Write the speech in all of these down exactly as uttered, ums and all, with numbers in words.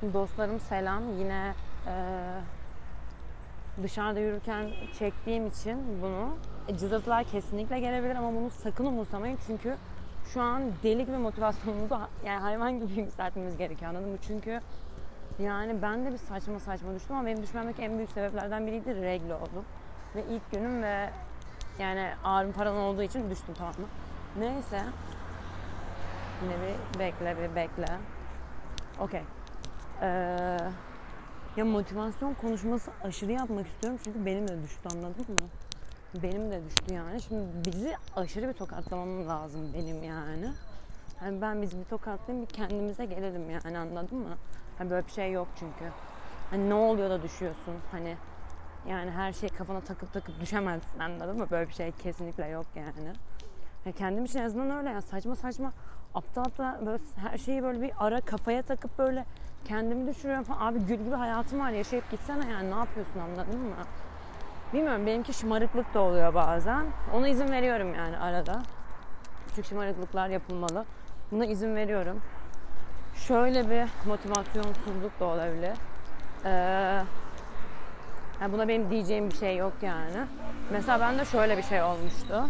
Dostlarım selam. Yine e, dışarıda yürürken çektiğim için bunu. E, cızırtılar kesinlikle gelebilir ama bunu sakın umursamayın. Çünkü şu an deli gibi motivasyonumuzu yani hayvan gibi yükseltmemiz gerekiyor, anladın mı? Çünkü yani ben de bir saçma saçma düştüm ama benim düşmemdeki en büyük sebeplerden biriydi, regle oldum. Ve ilk günüm ve yani ağrım falan olduğu için düştüm, tamam mı? Neyse. Yine bir bekle bir bekle. Okey. Ee, ya motivasyon konuşması aşırı yapmak istiyorum çünkü benim de düştü, anladın mı? Benim de düştü yani. Şimdi bizi aşırı bir tokatlamam lazım benim yani. Yani ben bizi bir tokatlayayım, bir kendimize gelelim yani, anladın mı? Hani böyle bir şey yok çünkü. Hani ne oluyor da düşüyorsun hani. Yani her şeyi kafana takıp takıp düşemezsin, anladın mı? Böyle bir şey kesinlikle yok yani. Yani kendim için en azından öyle yani, saçma saçma aptal aptal böyle her şeyi böyle bir ara kafaya takıp böyle kendimi düşürüyorum falan. Abi gül gibi hayatım var, yaşayıp gitsene yani, ne yapıyorsun, anladın mı? Bilmiyorum, benimki şımarıklık da oluyor bazen. Ona izin veriyorum yani arada. Küçük şımarıklıklar yapılmalı. Buna izin veriyorum. Şöyle bir motivasyonsuzluk da olabilir. Ee, yani buna benim diyeceğim bir şey yok yani. Mesela bende şöyle bir şey olmuştu.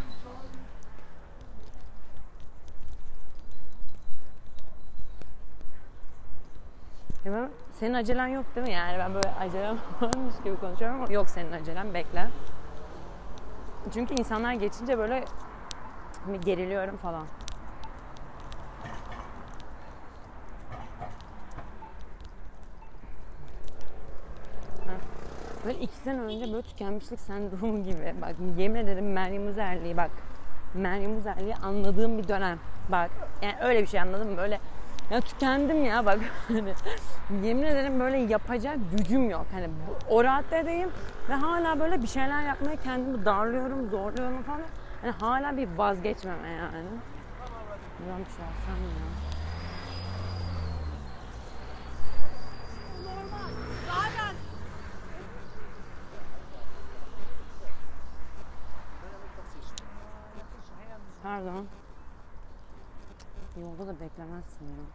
Ya senin acelen yok değil mi? Yani ben böyle acelem varmış gibi konuşuyorum ama yok, senin acelen, bekle. Çünkü insanlar geçince böyle geriliyorum falan. Böyle iki sene önce böyle tükenmişlik sendromu gibi. Bak yemin ederim Meryem Uzerli'yi bak. Meryem Uzerli'yi anladığım bir dönem. Bak yani öyle bir şey, anladın mı? Böyle ya tükendim ya bak. Hani yemin ederim böyle yapacak gücüm yok. Hani o raddedeyim ve hala böyle bir şeyler yapmaya kendimi darlıyorum, zorluyorum falan. Hani hala bir vazgeçmeme yani. Buradan bir şey yapsam ya. Pardon. Yolda da beklemezsin ya.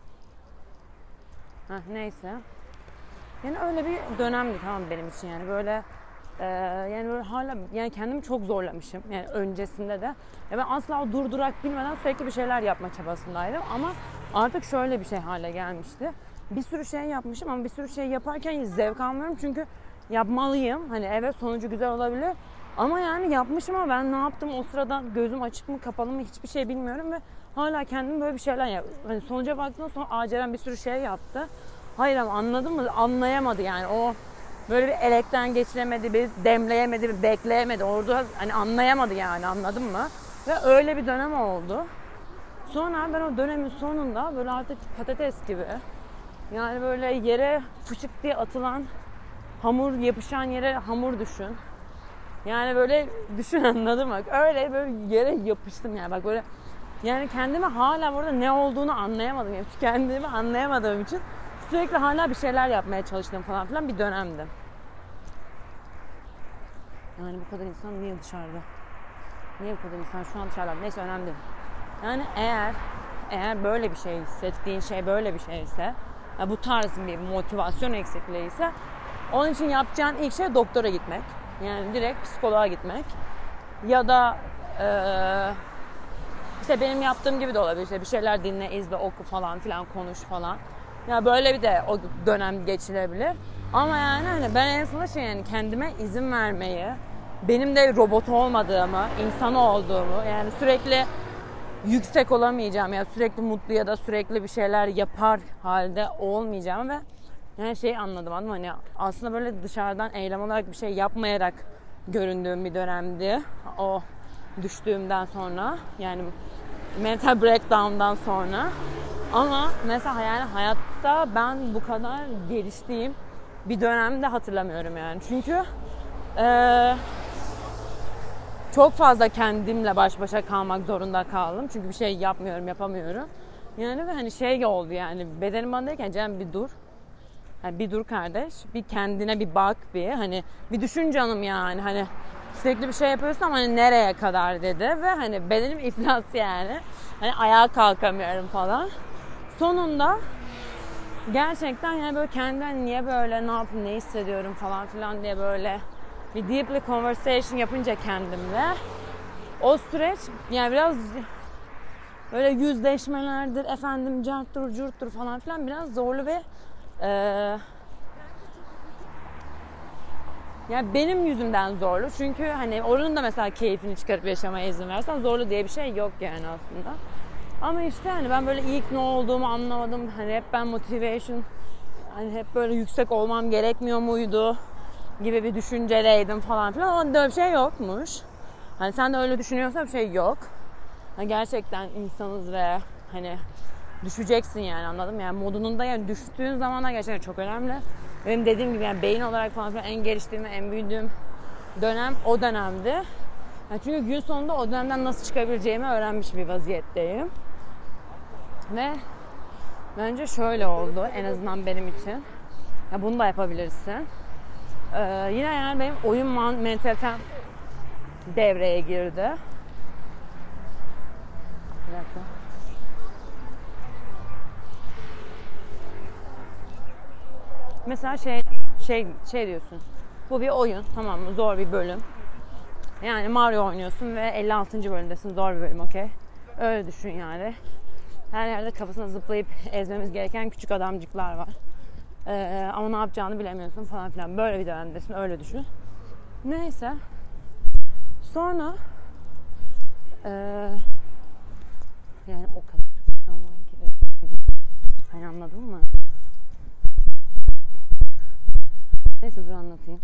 Heh, neyse. Yani öyle bir dönemdi tamam benim için yani böyle e, yani böyle hala yani kendimi çok zorlamışım yani öncesinde de. Ya ben asla durdurak bilmeden sürekli bir şeyler yapma çabasındaydım ama artık şöyle bir şey hale gelmişti. Bir sürü şey yapmışım ama bir sürü şey yaparken zevk almıyorum çünkü yapmalıyım. Hani evet sonucu güzel olabilir. Ama yani yapmışım ama ben ne yaptım o sırada, gözüm açık mı kapalı mı hiçbir şey bilmiyorum ve hala kendim böyle bir şeyler yap. Hani sonuca baktığımda sonra acelen bir sürü şey yaptı. Hayır ama anladın mı? Anlayamadı yani o böyle bir elekten geçiremedi, bir demleyemedi, bir bekleyemedi. Orada hani anlayamadı yani, anladın mı? Ve öyle bir dönem oldu. Sonra ben o dönemin sonunda böyle artık patates gibi yani böyle yere fışık diye atılan hamur, yapışan yere hamur düşün. Yani böyle düşün, anladın mı? Öyle böyle yere yapıştım yani bak böyle. Yani kendime hala burada ne olduğunu anlayamadım. Yani kendimi anlayamadığım için sürekli hala bir şeyler yapmaya çalıştım falan filan bir dönemdi. Yani bu kadar insan niye dışarıda? Niye bu kadar insan şu an dışarıda? Neyse önemli değil. Yani eğer eğer böyle bir şey hissettiğin şey böyle bir şeyse, yani bu tarz bir motivasyon eksikliği ise onun için yapacağın ilk şey doktora gitmek. Yani direkt psikoloğa gitmek. Ya da ee, işte benim yaptığım gibi de olabilir. İşte bir şeyler dinle, izle, oku falan filan, konuş falan. Ya böyle bir de o dönem geçilebilir. Ama yani hani ben en sonunda şey yani kendime izin vermeyi, benim de robot olmadığımı, insan olduğumu, yani sürekli yüksek olamayacağım ya sürekli mutlu ya da sürekli bir şeyler yapar halde olmayacağım ve yani şey anladım anladım hani aslında böyle dışarıdan eylem olarak bir şey yapmayarak göründüğüm bir dönemdi o düştüğümden sonra, yani mental breakdown'dan sonra. Ama mesela yani hayatta ben bu kadar geliştiğim bir dönemde hatırlamıyorum yani çünkü ee, çok fazla kendimle baş başa kalmak zorunda kaldım çünkü bir şey yapmıyorum, yapamıyorum yani ve hani şey oldu yani bedenim bana derken Cem bir dur. Yani bir dur kardeş, bir kendine bir bak bir, hani bir düşün canım yani, hani sürekli bir şey yapıyorsun ama hani nereye kadar dedi ve hani bedenim iflas yani, hani ayağa kalkamıyorum falan. Sonunda gerçekten yani böyle kendimden niye böyle, ne yapayım, ne hissediyorum falan filan diye böyle bir deeply conversation yapınca kendimle o süreç yani biraz böyle yüzleşmelerdir, efendim carttır curttur falan filan biraz zorlu ve e, yani benim yüzümden zorlu. Çünkü hani oranın da mesela keyfini çıkarıp yaşamaya izin versen zorlu diye bir şey yok yani aslında. Ama işte hani ben böyle ilk ne olduğumu anlamadım. Hani hep ben motivation, hani hep böyle yüksek olmam gerekmiyor muydu gibi bir düşünceleydim falan filan. Ama böyle bir şey yokmuş. Hani sen de öyle düşünüyorsan bir şey yok. Hani gerçekten insanız ve hani düşeceksin yani, anladım. Yani modunun da yani düştüğün zamana gerçekten çok önemli. Benim dediğim gibi yani beyin olarak falan filan en geliştiğim, en büyüdüğüm dönem o dönemdi. Yani çünkü gün sonunda o dönemden nasıl çıkabileceğimi öğrenmiş bir vaziyetteyim. Ve bence şöyle oldu en azından benim için. Ya bunu da yapabilirsin. Ee, yine yani benim oyun mentalitem devreye girdi. Bir dakika. Mesela şey şey şey diyorsun. Bu bir oyun, tamam mı? Zor bir bölüm. Yani Mario oynuyorsun ve elli altıncı bölümdesin. Zor bir bölüm, okey. Öyle düşün yani. Her yerde kafasına zıplayıp ezmemiz gereken küçük adamcıklar var. Ee, ama ne yapacağını bilemiyorsun falan filan. Böyle bir dönemdesin, öyle düşün. Neyse. Sonra ee, yani o kadar hani anladın mı? Neyse dur anlatayım.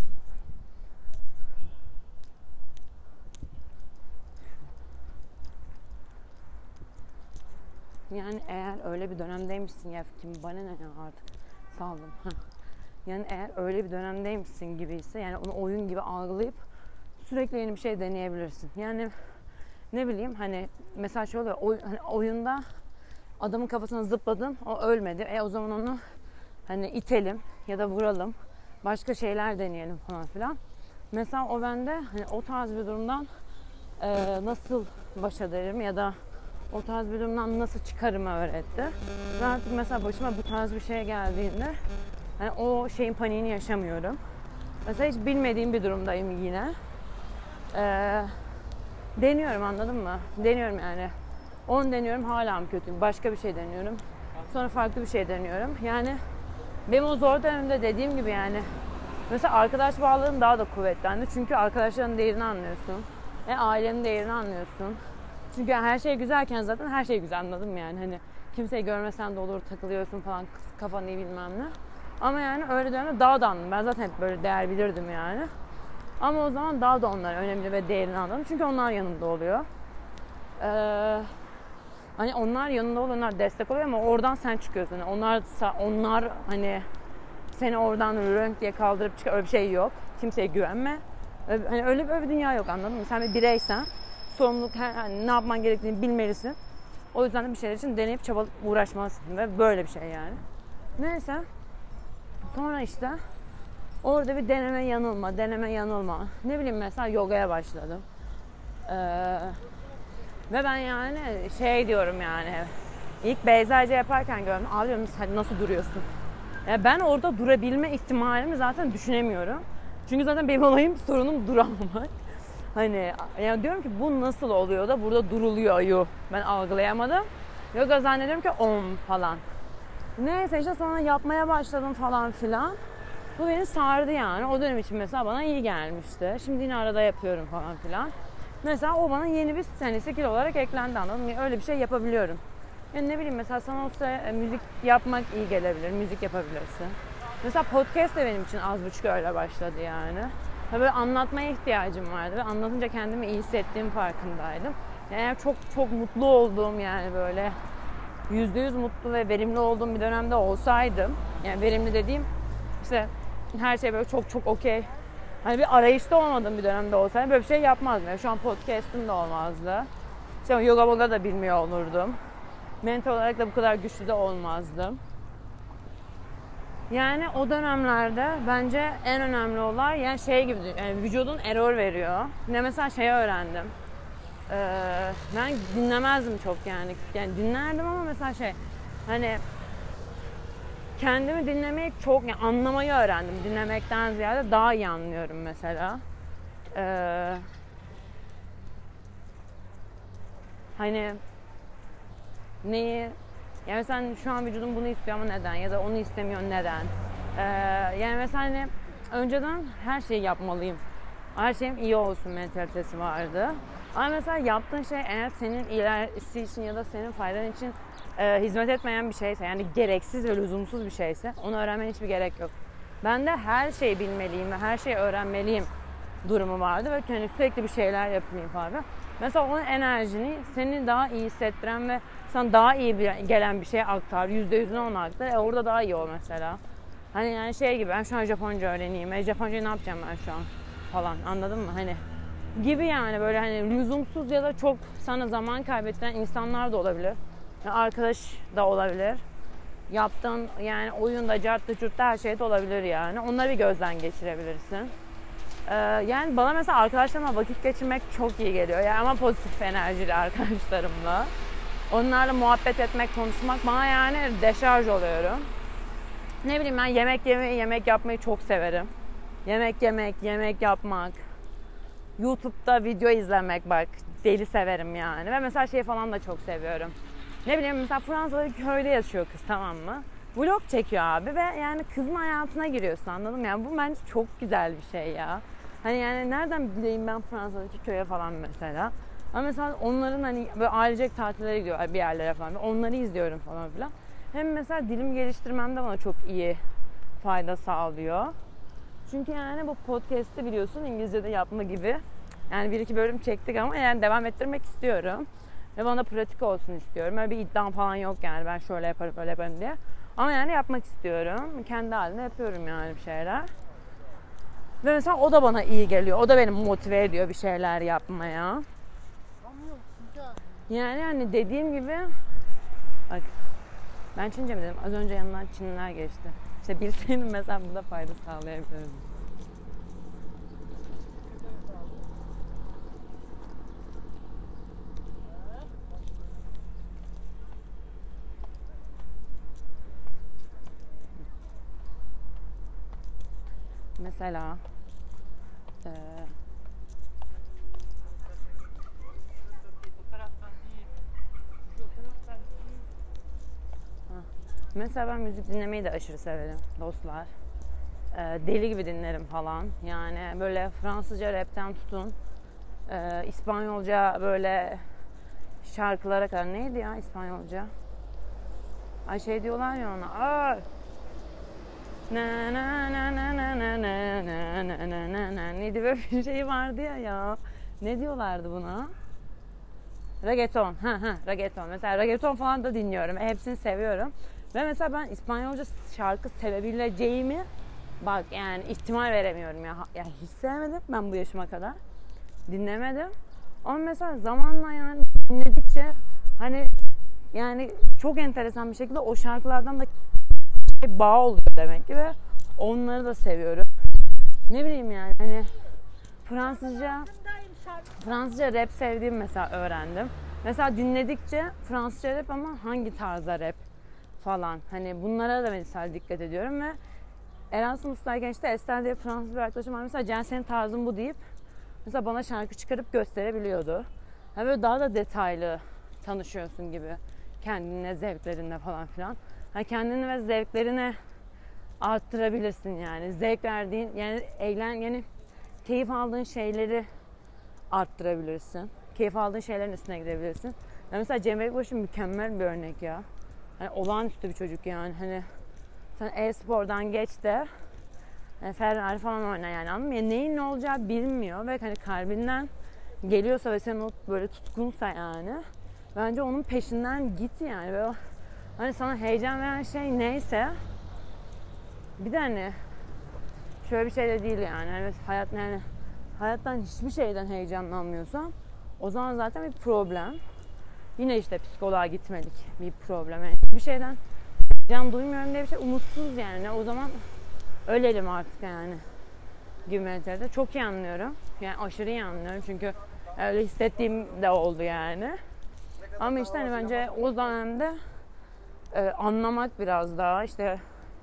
Yani eğer öyle bir dönemdeymişsin ya kim bana ne ya artık saldım. Yani eğer öyle bir dönemdeymişsin gibiyse yani onu oyun gibi algılayıp sürekli yeni bir şey deneyebilirsin. Yani ne bileyim hani mesela şöyle oluyor, oy, hani oyunda adamın kafasına zıpladım, o ölmedi. E o zaman onu hani itelim ya da vuralım. Başka şeyler deneyelim falan filan. Mesela o bende hani o tarz bir durumdan e, nasıl baş ederim ya da o tarz bir durumdan nasıl çıkarımı öğretti. Ve artık mesela başıma bu tarz bir şey geldiğinde hani o şeyin paniğini yaşamıyorum. Mesela hiç bilmediğim bir durumdayım yine. Ee, deniyorum, anladın mı? Deniyorum yani. Onu deniyorum, hala mı kötüyüm? Başka bir şey deniyorum. Sonra farklı bir şey deniyorum. Yani benim o zor dönemde dediğim gibi yani mesela arkadaş bağlılığım daha da kuvvetlendi. Çünkü arkadaşların değerini anlıyorsun. E, ailenin değerini anlıyorsun. Çünkü her şey güzelken zaten her şey güzel, anladın mı yani? Hani kimseyi görmesen de olur, takılıyorsun falan, kafan iyi bilmem ne. Ama yani öyle dönemde daha da anladım. Ben zaten hep böyle değer bilirdim yani. Ama o zaman daha da onlar önemli ve değerini anladım. Çünkü onlar yanında oluyor. Ee, hani onlar yanında oluyor, onlar destek oluyor ama oradan sen çıkıyorsun. Yani onlar, onlar hani seni oradan rönk diye kaldırıp çıkar. Öyle bir şey yok. Kimseye güvenme. Öyle, hani öyle, öyle bir dünya yok, anladın mı? Sen bir bireysen sorumluluk, hani ne yapman gerektiğini bilmelisin. O yüzden de bir şeyler için deneyip çabalıp uğraşmalısın ve böyle bir şey yani. Neyse. Sonra işte orada bir deneme yanılma, deneme yanılma. Ne bileyim mesela yogaya başladım. Ee, ve ben yani şey diyorum yani. İlk Beyza'cı yaparken gördüm. Abi diyorum sen nasıl duruyorsun? Yani ben orada durabilme ihtimalimi zaten düşünemiyorum. Çünkü zaten benim olayım, sorunum duramamak. Hani yani diyorum ki bu nasıl oluyor da burada duruluyor yu. Ben algılayamadım. Yoga zannediyorum ki om falan. Neyse işte sonra yapmaya başladım falan filan. Bu beni sardı yani. O dönem için mesela bana iyi gelmişti. Şimdi yine arada yapıyorum falan filan. Mesela o bana yeni bir hani skill olarak eklendi, anladın mı? Öyle bir şey yapabiliyorum. Yani ne bileyim mesela sana olsa e, müzik yapmak iyi gelebilir. Müzik yapabilirsin. Mesela podcast de benim için az buçuk öyle başladı yani. Böyle anlatmaya ihtiyacım vardı ve anlatınca kendimi iyi hissettiğim farkındaydım. Yani eğer çok çok mutlu olduğum yani böyle yüzde yüz mutlu ve verimli olduğum bir dönemde olsaydım, yani verimli dediğim işte her şey böyle çok çok okey, hani bir arayışta olmadığım bir dönemde olsaydım böyle bir şey yapmazdım. Yani şu an podcast'ım da olmazdı. İşte yoga boga da bilmiyor olurdum. Mental olarak da bu kadar güçlü de olmazdım. Yani o dönemlerde bence en önemli olay yani şey gibi, yani vücudun error veriyor. Ne mesela şeyi öğrendim. Ee, ben dinlemezdim çok yani. Yani dinlerdim ama mesela şey hani kendimi dinlemeyi çok, yani anlamayı öğrendim. Dinlemekten ziyade daha iyi anlıyorum mesela. Ee, hani neyi, yani mesela şu an vücudum bunu istiyor ama neden, ya da onu istemiyor neden? Ee, yani mesela hani önceden her şeyi yapmalıyım, her şeyim iyi olsun mentalitesi vardı. Ama mesela yaptığın şey eğer senin ilerisi için ya da senin faydan için e, hizmet etmeyen bir şeyse, yani gereksiz ve lüzumsuz bir şeyse, onu öğrenmene hiçbir gerek yok. Ben de her şeyi bilmeliyim ve her şeyi öğrenmeliyim durumu vardı ve hani sürekli bir şeyler yapayım falan. Mesela onun enerjini seni daha iyi hissettiren ve sana daha iyi bir, gelen bir şeye aktar, yüzde yüzüne onu aktar. E orada daha iyi ol mesela. Hani yani şey gibi, ben şu an Japonca öğreneyim. E Japoncayı ne yapacağım ben şu an falan, anladın mı? Hani gibi yani, böyle hani lüzumsuz ya da çok sana zaman kaybettiren insanlar da olabilir. Yani arkadaş da olabilir. Yaptığın yani oyunda, cartta, curtta her şey de olabilir yani. Onları bir gözden geçirebilirsin. Ee, yani bana mesela arkadaşlarımla vakit geçirmek çok iyi geliyor. Yani ama pozitif enerjili arkadaşlarımla. Onlarla muhabbet etmek, konuşmak bana yani deşarj oluyorum. Ne bileyim, ben yemek yemeyi, yemek yapmayı çok severim. Yemek yemek, yemek yapmak. YouTube'da video izlemek, bak deli severim yani. Ve mesela şey falan da çok seviyorum. Ne bileyim, mesela Fransa'da bir köyde yaşıyor kız, tamam mı? Vlog çekiyor abi ve yani kızın hayatına giriyorsun, anladın mı? Yani bu bence çok güzel bir şey ya. Hani yani nereden bileyim ben Fransa'daki köye falan mesela. Ama mesela onların hani böyle ailecek tatillere gidiyorlar bir yerlere falan. Onları izliyorum falan filan. Hem mesela dilim geliştirmemde bana çok iyi fayda sağlıyor. Çünkü yani bu podcast'ı biliyorsun İngilizce'de yapma gibi. Yani bir iki bölüm çektik ama yani devam ettirmek istiyorum. Ve bana pratik olsun istiyorum. Öyle bir iddiam falan yok yani, ben şöyle yaparım böyle yaparım diye. Ama yani yapmak istiyorum. Kendi halimde yapıyorum yani bir şeyler. Ve mesela o da bana iyi geliyor. O da beni motive ediyor bir şeyler yapmaya. Yani yani dediğim gibi, bak ben Çince mi dedim? Az önce yanından Çinliler geçti. İşte bilseydim mesela burada fayda sağlayabilirim. Mesela e, mesela ben müzik dinlemeyi de aşırı severim dostlar. E, deli gibi dinlerim falan. Yani böyle Fransızca rapten tutun, e, İspanyolca böyle şarkılara kadar. Neydi ya İspanyolca? Ay şey diyorlar ya ona. Aa! Na na na na na na na na na na na na. Neydi, böyle bir şey vardı ya ya. Ne diyorlardı buna? Reggaeton. Ha ha, reggaeton. Mesela reggaeton falan da dinliyorum. Hepsini seviyorum. Ve mesela ben İspanyolca şarkı sevebileceğimi, bak yani ihtimal veremiyorum ya. Ya hiç sevmedim ben bu yaşıma kadar. Dinlemedim. Ama mesela zamanla yani dinledikçe hani yani çok enteresan bir şekilde o şarkılardan da bağ oluyor demek ki ve onları da seviyorum. Ne bileyim yani hani Fransızca Fransızca rap sevdiğim mesela öğrendim. Mesela dinledikçe Fransızca rap ama hangi tarzda rap falan. Hani bunlara da mesela dikkat ediyorum ve Erasmus'tayken işte Esther diye Fransız bir arkadaşım var. Mesela Cen senin tarzın bu deyip mesela bana şarkı çıkarıp gösterebiliyordu. Yani böyle daha da detaylı tanışıyorsun gibi. Kendine, zevklerinle falan filan. Yani kendini ve zevklerini arttırabilirsin yani. Zevk verdiğin, yani eğlen, yani keyif aldığın şeyleri arttırabilirsin. Keyif aldığın şeylerin üstüne gidebilirsin. Yani mesela Cem Bekbaşı mükemmel bir örnek ya. Hani olağanüstü bir çocuk yani. Hani sen e-spordan geç de yani Ferrari falan oyna yani, anladın mı? Yani neyin ne olacağı bilinmiyor ve hani kalbinden geliyorsa ve senin o böyle tutkunsa yani, bence onun peşinden git yani. Ve hani sana heyecan veren şey neyse, bir de hani şöyle bir şey de değil yani. Hani hayat, yani hayattan hiçbir şeyden heyecanlanmıyorsan o zaman zaten bir problem. Yine işte psikoloğa gitmedik, bir problem. Yani hiçbir şeyden heyecan duymuyorum diye bir şey, umutsuz yani. O zaman ölelim artık yani gibi mentalitede. Çok iyi anlıyorum. Yani aşırı iyi anlıyorum çünkü öyle hissettiğim de oldu yani. Ama işte hani bence o dönemde e, anlamak biraz daha, işte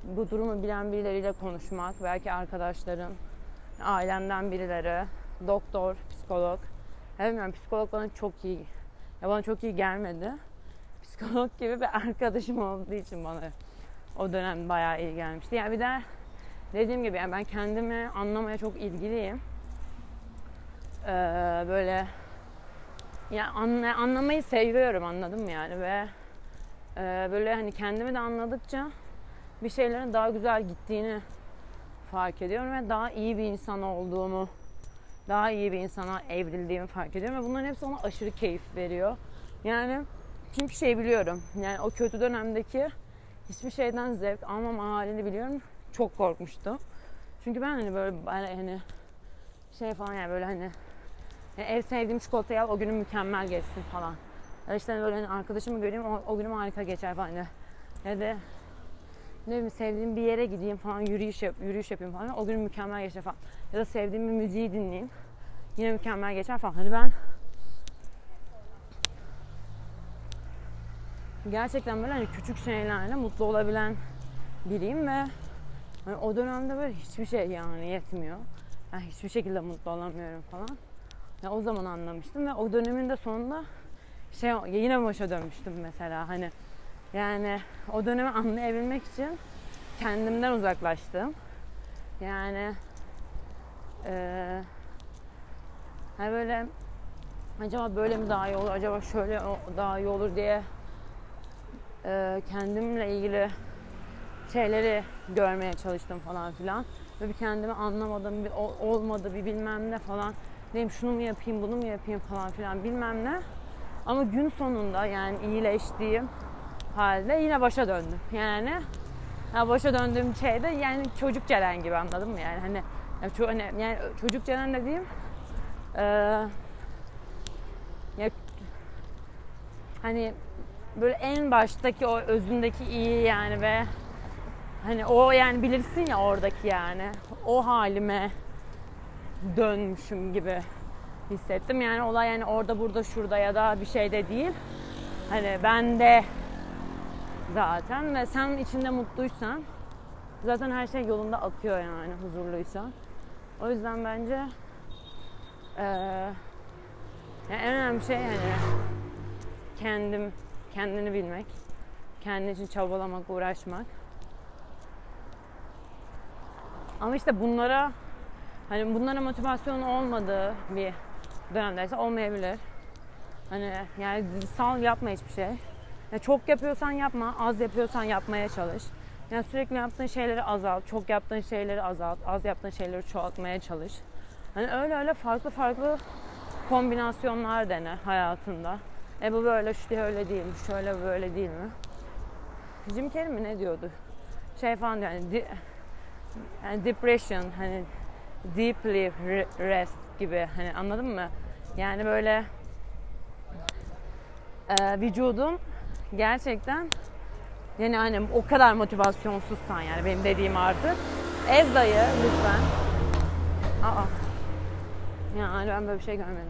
bu durumu bilen birileriyle konuşmak, belki arkadaşlarım, ailemden birileri, doktor, psikolog. Bilmiyorum, psikolog bana çok iyi, ya bana çok iyi gelmedi. Psikolog gibi bir arkadaşım olduğu için bana o dönem bayağı iyi gelmişti. Yani bir de dediğim gibi yani ben kendimi anlamaya çok ilgiliyim. Ee, böyle yani anla, anlamayı seviyorum, anladın mı yani, ve e, böyle hani kendimi de anladıkça bir şeylerin daha güzel gittiğini fark ediyorum ve daha iyi bir insan olduğumu, daha iyi bir insana evrildiğimi fark ediyorum ve bunların hepsi ona aşırı keyif veriyor. Yani çünkü şey biliyorum, yani o kötü dönemdeki hiçbir şeyden zevk almam halini biliyorum. Çok korkmuştum. Çünkü ben hani böyle hani şey falan, yani böyle hani yani ev sevdiğim çikolatayı al, o günüm mükemmel geçsin falan. Ya işte böyle hani arkadaşımı göreyim, o, o günüm harika geçer falan. Ya da ne bileyim, sevdiğim bir yere gideyim falan, yürüyüş yap, yürüyüş yapayım falan, o günüm mükemmel geçer falan. Ya da sevdiğim bir müziği dinleyeyim, yine mükemmel geçer falan. Hani ben gerçekten böyle hani küçük şeylerle mutlu olabilen biriyim ve hani o dönemde böyle hiçbir şey yani yetmiyor. Yani hiçbir şekilde mutlu olamıyorum falan. Yani o zaman anlamıştım ve o dönemin de sonunda şey yine başa dönmüştüm mesela, hani yani o dönemi anlayabilmek için kendimden uzaklaştım. Yani e, hani böyle acaba böyle mi daha iyi olur, acaba şöyle daha iyi olur diye e, kendimle ilgili şeyleri görmeye çalıştım falan filan. Ve bir kendimi anlamadım, bir olmadı, bir bilmem ne falan. Neyim, şunu mu yapayım, bunu mu yapayım falan filan bilmem ne. Ama gün sonunda yani iyileştiğim halde yine başa döndüm. Yani ya başa döndüğüm şey de yani çocuk Ceren gibi, anladın mı? Yani hani yani, yani çocuk Ceren dediğim e, ya, hani böyle en baştaki o özündeki iyi yani ve hani o yani bilirsin ya oradaki yani o halime dönmüşüm gibi hissettim. Yani olay yani orada burada şurada ya da bir şeyde değil. Hani bende zaten ve sen içinde mutluysan zaten her şey yolunda akıyor yani, huzurluysan. O yüzden bence ee, yani en önemli şey hani kendim, kendini bilmek, kendin için çabalamak, uğraşmak. Ama işte bunlara hani bunlara motivasyon olmadığı bir dönemdeyse olmayabilir. Hani yani sal, yapma hiçbir şey. Yani çok yapıyorsan yapma, az yapıyorsan yapmaya çalış. Yani sürekli yaptığın şeyleri azalt, çok yaptığın şeyleri azalt, az yaptığın şeyleri çoğaltmaya çalış. Hani öyle öyle farklı farklı kombinasyonlar dene hayatında. E bu böyle, şu öyle değil mi, şöyle böyle değil mi? Jim Carrey mi ne diyordu? Şey falan diyor yani, di- yani depression, hani deeply rest gibi, hani anladın mı? Yani böyle e, vücudun gerçekten yani hani o kadar motivasyonsuzsan, yani benim dediğim artık ez dayı lütfen. Aa. Yani ben böyle bir şey görmedim.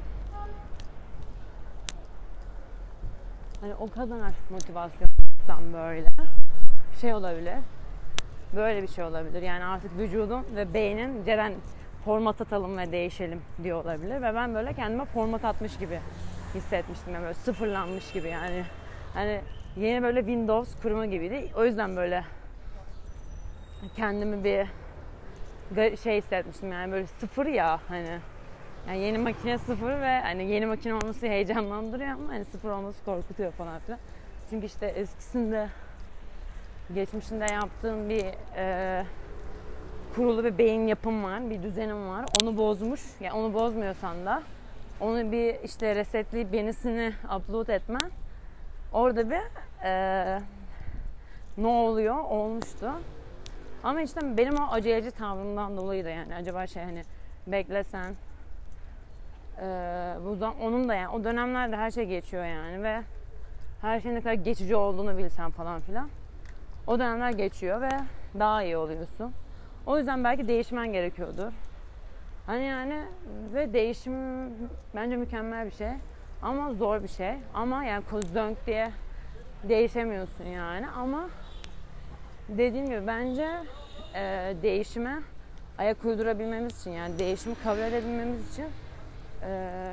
Hani o kadar motivasyonsuzsan böyle şey olabilir. Böyle bir şey olabilir. Yani artık vücudun ve beynin Ceren format atalım ve değişelim diyor olabilir. Ve ben böyle kendime format atmış gibi hissetmiştim. Yani böyle sıfırlanmış gibi yani. Hani yeni böyle Windows kurma gibiydi. O yüzden böyle kendimi bir şey hissetmiştim. Yani böyle sıfır ya hani. Yani yeni makine sıfır ve hani yeni makine olması heyecanlandırıyor ama hani sıfır olması korkutuyor falan filan. Çünkü işte eskisinde, geçmişinde yaptığım bir e, kurulu bir beyin yapım var, bir düzenim var. Onu bozmuş. Yani onu bozmuyorsan da onu bir işte resetleyip yenisini upload etmen, orada bir e, ne oluyor olmuştu. Ama işte benim o aceleci tavrımdan dolayı da yani acaba şey hani beklesen e, bu zaman onun da yani o dönemlerde her şey geçiyor yani ve her şeyin ne kadar geçici olduğunu bilsen falan filan. O dönemler geçiyor ve daha iyi oluyorsun. O yüzden belki değişmen gerekiyordur. Hani yani ve değişim bence mükemmel bir şey. Ama zor bir şey. Ama yani dönk diye değişemiyorsun yani. Ama dediğim gibi bence e, değişime ayak uydurabilmemiz için, yani değişimi kabul edebilmemiz için e,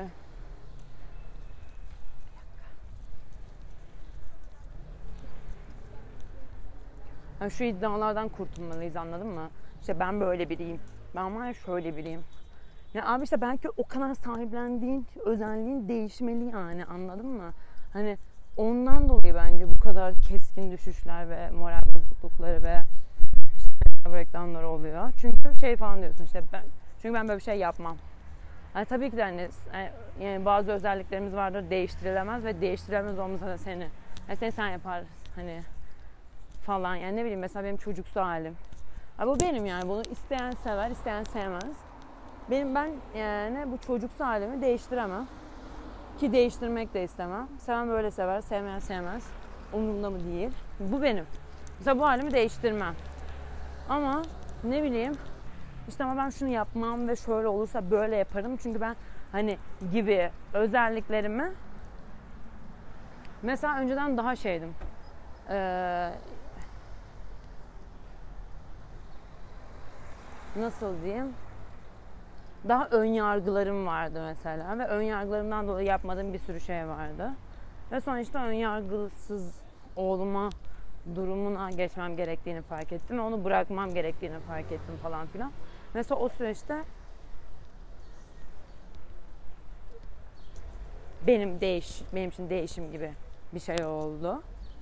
yani şu iddialardan kurtulmalıyız, anladın mı? İşte ben böyle biriyim, ben var ya şöyle biriyim. Ya abi işte belki o kadar sahiplendiğin özelliğin değişmeli yani, anladın mı? Hani ondan dolayı bence bu kadar keskin düşüşler ve moral bozuklukları ve işte breakdownlar oluyor. Çünkü şey falan diyorsun işte ben, çünkü ben böyle bir şey yapmam. Yani tabii ki de hani yani bazı özelliklerimiz vardır, değiştirilemez ve değiştirilemez olmasa da seni, yani seni sen yapar hani falan, yani ne bileyim mesela benim çocuksu halim. Abi bu benim, yani bunu isteyen sever, isteyen sevmez. Benim ben yani bu çocuksu halimi değiştiremem. Ki değiştirmek de istemem. Seven böyle sever, sevmeyen sevmez. Umurumda mı değil. Bu benim. Mesela bu halimi değiştirmem. Ama ne bileyim işte ama ben şunu yapmam ve şöyle olursa böyle yaparım. Çünkü ben hani gibi özelliklerimi mesela önceden daha şeydim. Ee, nasıl diyeyim? Daha ön yargılarım vardı mesela ve ön yargılarımdan dolayı yapmadığım bir sürü şey vardı. Ve sonra işte ön yargısız olma durumuna geçmem gerektiğini fark ettim ve onu bırakmam gerektiğini fark ettim falan filan. Mesela o süreçte benim değiş, benim için değişim gibi bir şey oldu.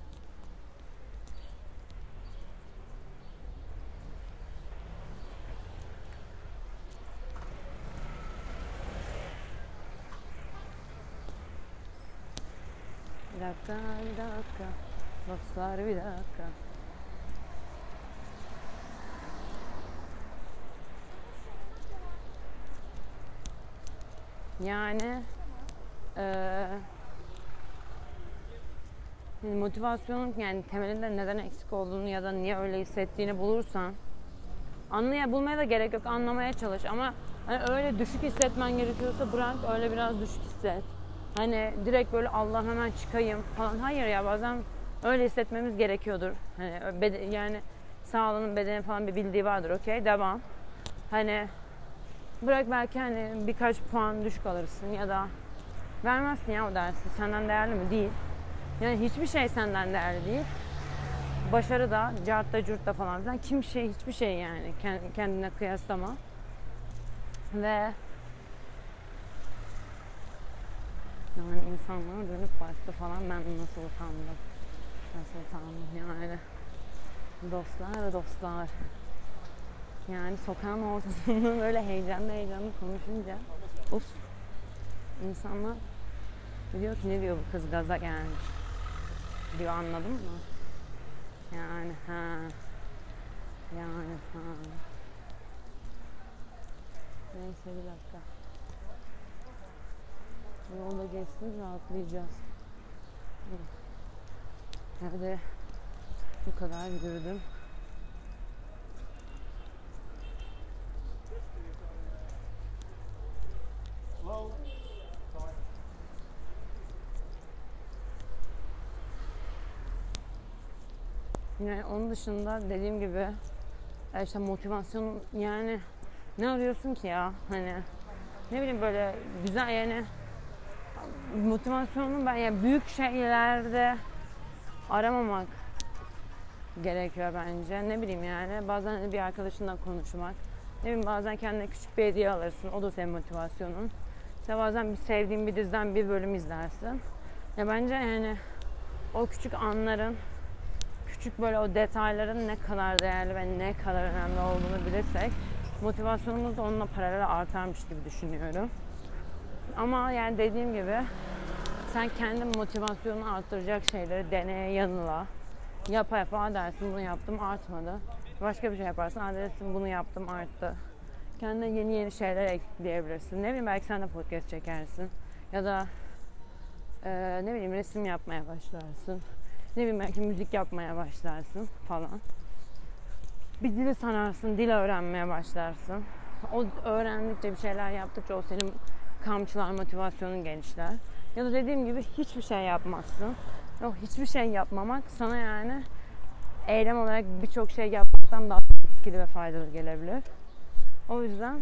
Bir dakika, bir dakika. Dostlar bir dakika. Yani e, motivasyonun yani temelinde neden eksik olduğunu ya da niye öyle hissettiğini bulursan, anlaya bulmaya da gerek yok, anlamaya çalış ama hani öyle düşük hissetmen gerekiyorsa bırak öyle biraz düşük hisset. Hani direkt böyle Allah hemen çıkayım falan, hayır ya, bazen öyle hissetmemiz gerekiyordur. Hani beden, yani sağlığının bedeni falan bir bildiği vardır, okey, devam. Hani bırak belki hani birkaç puan düşük alırsın ya da vermezsin ya o dersi. Senden değerli mi? Değil. Yani hiçbir şey senden değerli değil. Başarı da, cartta curtta falan filan kim şey hiçbir şey yani kendine kıyaslama. Ve yani insanlar dönüp baktı falan, ben nasıl utandım. Nasıl utandım yani. Dostlar ve dostlar. Yani sokağın ortasında böyle heyecanlı heyecanlı konuşunca ups, insanlar diyor ki ne diyor bu kız, gaza gelmiş diyor, anladın mı? Yani ha yani ha neyse bir dakika, yolda geçsin rahatlayacağız. Evde bu kadar yürüdüm. Yani onun dışında dediğim gibi işte motivasyon, yani ne arıyorsun ki ya, hani ne bileyim böyle güzel, yani motivasyonu ben yani büyük şeylerde aramamak gerekiyor bence. Ne bileyim yani bazen bir arkadaşınla konuşmak, ne bileyim bazen kendine küçük bir hediye alırsın, o da senin motivasyonun. İşte bazen bir sevdiğin bir diziden bir bölüm izlersin. Ya bence yani o küçük anların, küçük böyle o detayların ne kadar değerli ve ne kadar önemli olduğunu bilirsek motivasyonumuz da onunla paralel artarmış gibi düşünüyorum. Ama yani dediğim gibi sen kendi motivasyonunu arttıracak şeyleri deneye yanıla yapa yapa dersin bunu yaptım artmadı. Başka bir şey yaparsın dersin bunu yaptım arttı. Kendine yeni yeni şeyler ekleyebilirsin. Ne bileyim belki sen de podcast çekersin ya da e, ne bileyim resim yapmaya başlarsın. Ne bileyim belki müzik yapmaya başlarsın falan. Bir dili sanarsın, dil öğrenmeye başlarsın. O öğrendikçe, bir şeyler yaptıkça o senin kamçılar, motivasyonun genişler. Ya da dediğim gibi hiçbir şey yapmazsın. O hiçbir şey yapmamak sana yani eylem olarak birçok şey yapmaktan daha etkili ve faydalı gelebilir. O yüzden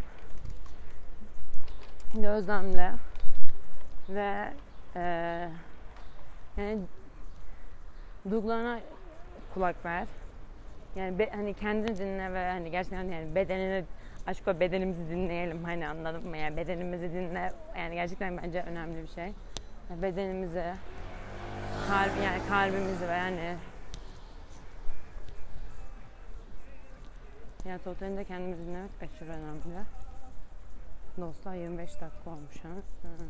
gözlemle ve e, yani duygularına kulak ver. Yani be, hani kendini dinle ve hani gerçekten yani bedenini aşk o bedenimizi dinleyelim hani anladın mı? Yani bedenimizi dinle. Yani gerçekten bence önemli bir şey. Yani bedenimizi, kalp yani kalbimizi ve yani yani totalinde kendimizi dinlemek aşırı önemli. Dostlar yirmi beş dakika olmuş ha. Hı.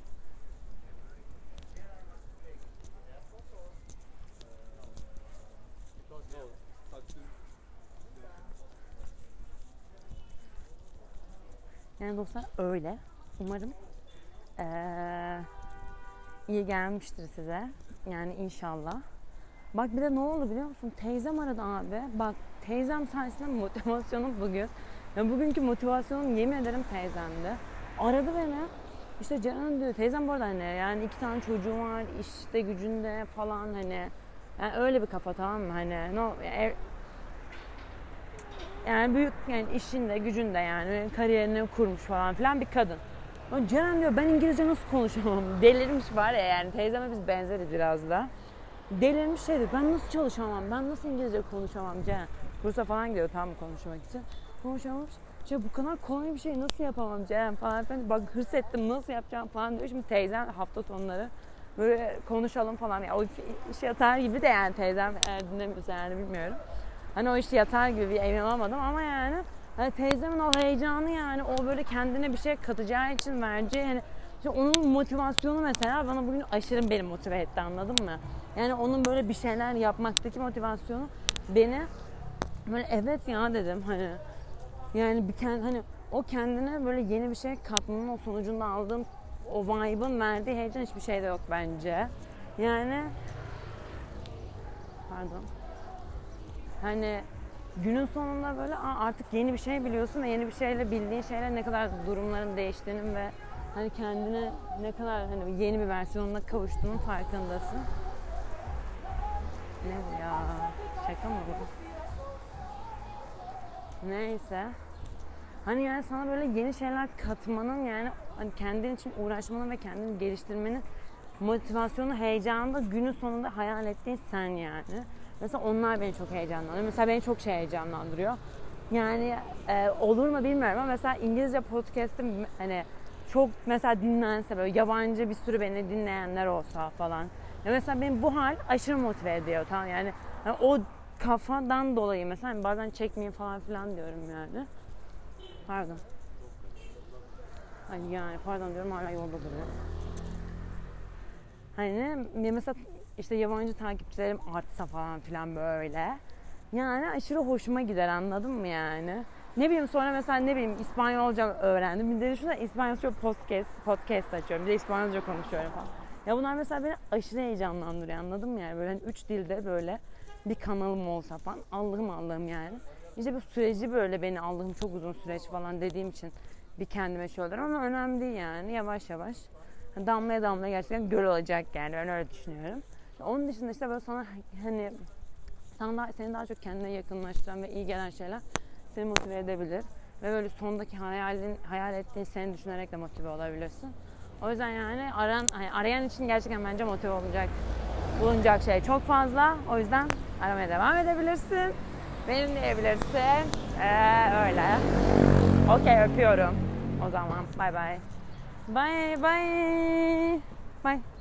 Yani dostlar öyle. Umarım ee, iyi gelmiştir size. Yani inşallah. Bak bir de ne oldu biliyor musun? Teyzem aradı abi. Bak teyzem sayesinde motivasyonum bugün. Ya bugünkü motivasyonum yemin ederim teyzemdi. Aradı beni. İşte Ceren diyor. Teyzem bu arada hani yani iki tane çocuğu var. İşte gücünde falan hani. Yani öyle bir kafa tamam mı? Hani no, ev, yani büyük yani işinde gücünde yani kariyerini kurmuş falan filan bir kadın. O Ceren diyor ben İngilizce nasıl konuşamam? Delirmiş var ya yani teyzeme biz benzeriz biraz da. Delirmiş şeydi ben nasıl çalışamam? Ben nasıl İngilizce konuşamam Ceren? Bursa falan gidiyor tam konuşmak için. Konuşamamış. Ya bu kadar kolay bir şey nasıl yapamam Ceren falan filan. Bak hırs ettim nasıl yapacağım falan diyor. Şimdi teyzem hafta sonları böyle konuşalım falan. Yani o iş yatar gibi de yani teyzem eğer dinlemiyorsa yani bilmiyorum. Hani o iş yatar gibi bir emin olamadım ama yani hani teyzemin o heyecanı yani o böyle kendine bir şey katacağı için vereceği hani işte onun motivasyonu mesela bana bugün aşırı beni motive etti anladın mı? Yani onun böyle bir şeyler yapmaktaki motivasyonu beni böyle evet ya dedim hani yani bir kend, hani o kendine böyle yeni bir şey katmanın o sonucunda aldığım o vibe'ın verdiği heyecan hiçbir şeyde yok bence. Yani pardon. Hani günün sonunda böyle artık yeni bir şey biliyorsun ve yeni bir şeyle bildiğin şeyler ne kadar durumların değiştiğinin ve hani kendine ne kadar hani yeni bir versiyonuna kavuştuğunun farkındasın. Ne bu ya? Şaka mı bu? Neyse. Hani yani sana böyle yeni şeyler katmanın yani hani kendin için uğraşmanın ve kendini geliştirmenin motivasyonu, heyecanı da günün sonunda hayal ettiğin sen yani. Mesela onlar beni çok heyecanlandırıyor. Mesela beni çok şey heyecanlandırıyor. Yani e, olur mu bilmiyorum ama mesela İngilizce podcast'im hani çok mesela dinlense böyle yabancı bir sürü beni dinleyenler olsa falan. Ya mesela benim bu hal aşırı motive ediyor tamam yani, yani o kafadan dolayı mesela hani bazen çekmeyeyim falan filan diyorum yani. Pardon. Ay yani pardon diyorum hala yolda duruyor. Hani mesela işte yabancı takipçilerim artsa falan filan böyle. Yani aşırı hoşuma gider anladın mı yani? Ne bileyim sonra mesela ne bileyim İspanyolca öğrendim. Bir de şurada İspanyolca podcast, podcast açıyorum. Bir de İspanyolca konuşuyorum falan. Ya bunlar mesela beni aşırı heyecanlandırıyor anladın mı yani? Böyle hani üç dilde böyle bir kanalım olsa falan. Allah'ım Allah'ım yani. İşte bu süreci böyle beni Allah'ım çok uzun süreç falan dediğim için bir kendime şey oluyorum ama önemli değil yani. Yavaş yavaş. Damlaya damlaya gerçekten göl olacak yani. Ben öyle düşünüyorum. Onun dışında işte böyle sana hani sana daha, seni daha çok kendine yakınlaştıran ve iyi gelen şeyler seni motive edebilir. Ve böyle sondaki hayalin, hayal ettiğin seni düşünerek de motive olabilirsin. O yüzden yani arayan, yani arayan için gerçekten bence motive olacak, bulunacak şey çok fazla. O yüzden aramaya devam edebilirsin. Beni dinleyebilirsin. Ee, öyle. Okey öpüyorum. O zaman bye bye. Bye bye. Bye.